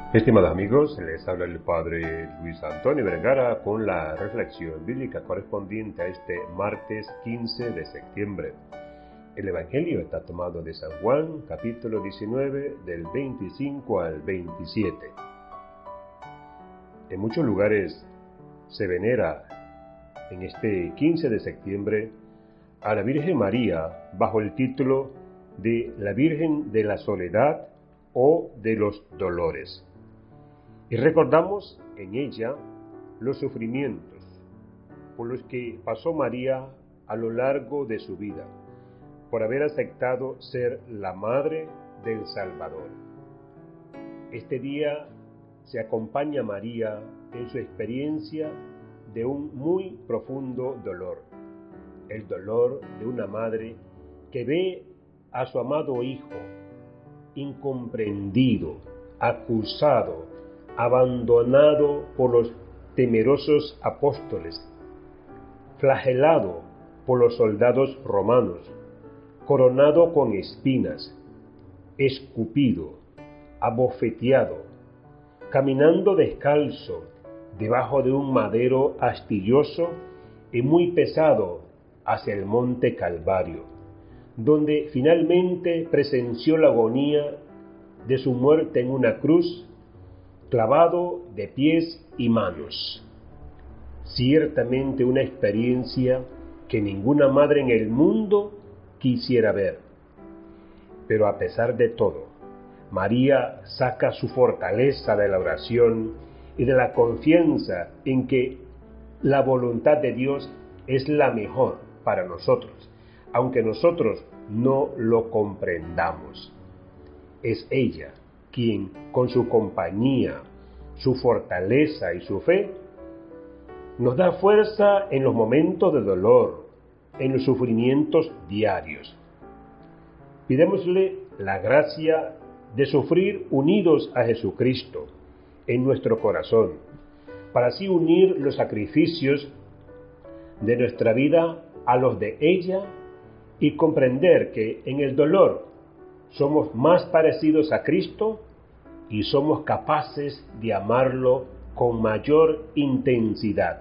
Estimados amigos, les habla el Padre Luis Antonio Vergara con la reflexión bíblica correspondiente a este martes 15 de septiembre. El Evangelio está tomado de San Juan, capítulo 19, del 25 al 27. En muchos lugares se venera en este 15 de septiembre a la Virgen María bajo el título de la Virgen de la Soledad o de los Dolores. Y recordamos en ella los sufrimientos por los que pasó María a lo largo de su vida, por haber aceptado ser la madre del Salvador. Este día se acompaña a María en su experiencia de un muy profundo dolor, el dolor de una madre que ve a su amado hijo incomprendido, acusado, abandonado por los temerosos apóstoles, flagelado por los soldados romanos, coronado con espinas, escupido, abofeteado, caminando descalzo debajo de un madero astilloso y muy pesado hacia el monte Calvario, donde finalmente presenció la agonía de su muerte en una cruz, clavado de pies y manos. Ciertamente una experiencia que ninguna madre en el mundo quisiera ver. Pero a pesar de todo, María saca su fortaleza de la oración y de la confianza en que la voluntad de Dios es la mejor para nosotros, aunque nosotros no lo comprendamos. Es ella quien, con su compañía, su fortaleza y su fe, nos da fuerza en los momentos de dolor, en los sufrimientos diarios. Pidémosle la gracia de sufrir unidos a Jesucristo en nuestro corazón, para así unir los sacrificios de nuestra vida a los de ella y comprender que en el dolor somos más parecidos a Cristo y somos capaces de amarlo con mayor intensidad.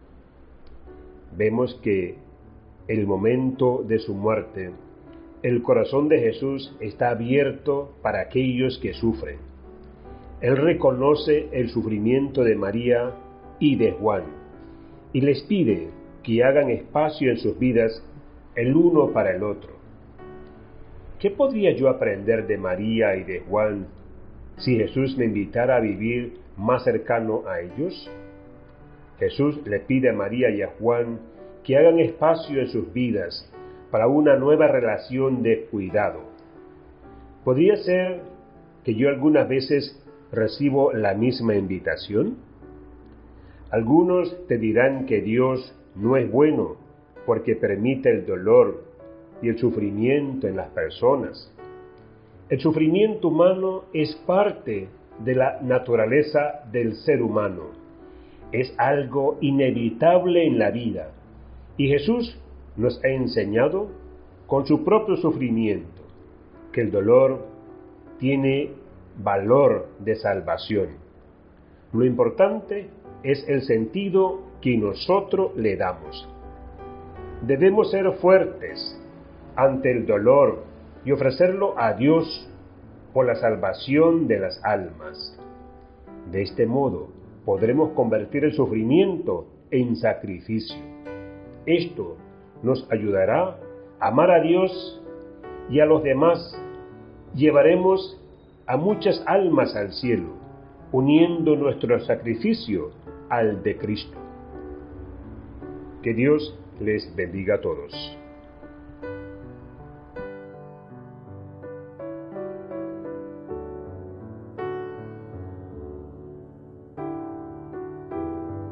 Vemos que en el momento de su muerte, el corazón de Jesús está abierto para aquellos que sufren. Él reconoce el sufrimiento de María y de Juan y les pide que hagan espacio en sus vidas el uno para el otro. ¿Qué podría yo aprender de María y de Juan si Jesús me invitara a vivir más cercano a ellos? Jesús le pide a María y a Juan que hagan espacio en sus vidas para una nueva relación de cuidado. ¿Podría ser que yo algunas veces recibo la misma invitación? Algunos te dirán que Dios no es bueno porque permite el dolor y el sufrimiento en las personas. El sufrimiento humano es parte de la naturaleza del ser humano. Es algo inevitable en la vida. Y Jesús nos ha enseñado con su propio sufrimiento que el dolor tiene valor de salvación. Lo importante es el sentido que nosotros le damos. Debemos ser fuertes ante el dolor y ofrecerlo a Dios por la salvación de las almas. De este modo podremos convertir el sufrimiento en sacrificio. Esto nos ayudará a amar a Dios y a los demás. Llevaremos a muchas almas al cielo, uniendo nuestro sacrificio al de Cristo. Que Dios les bendiga a todos.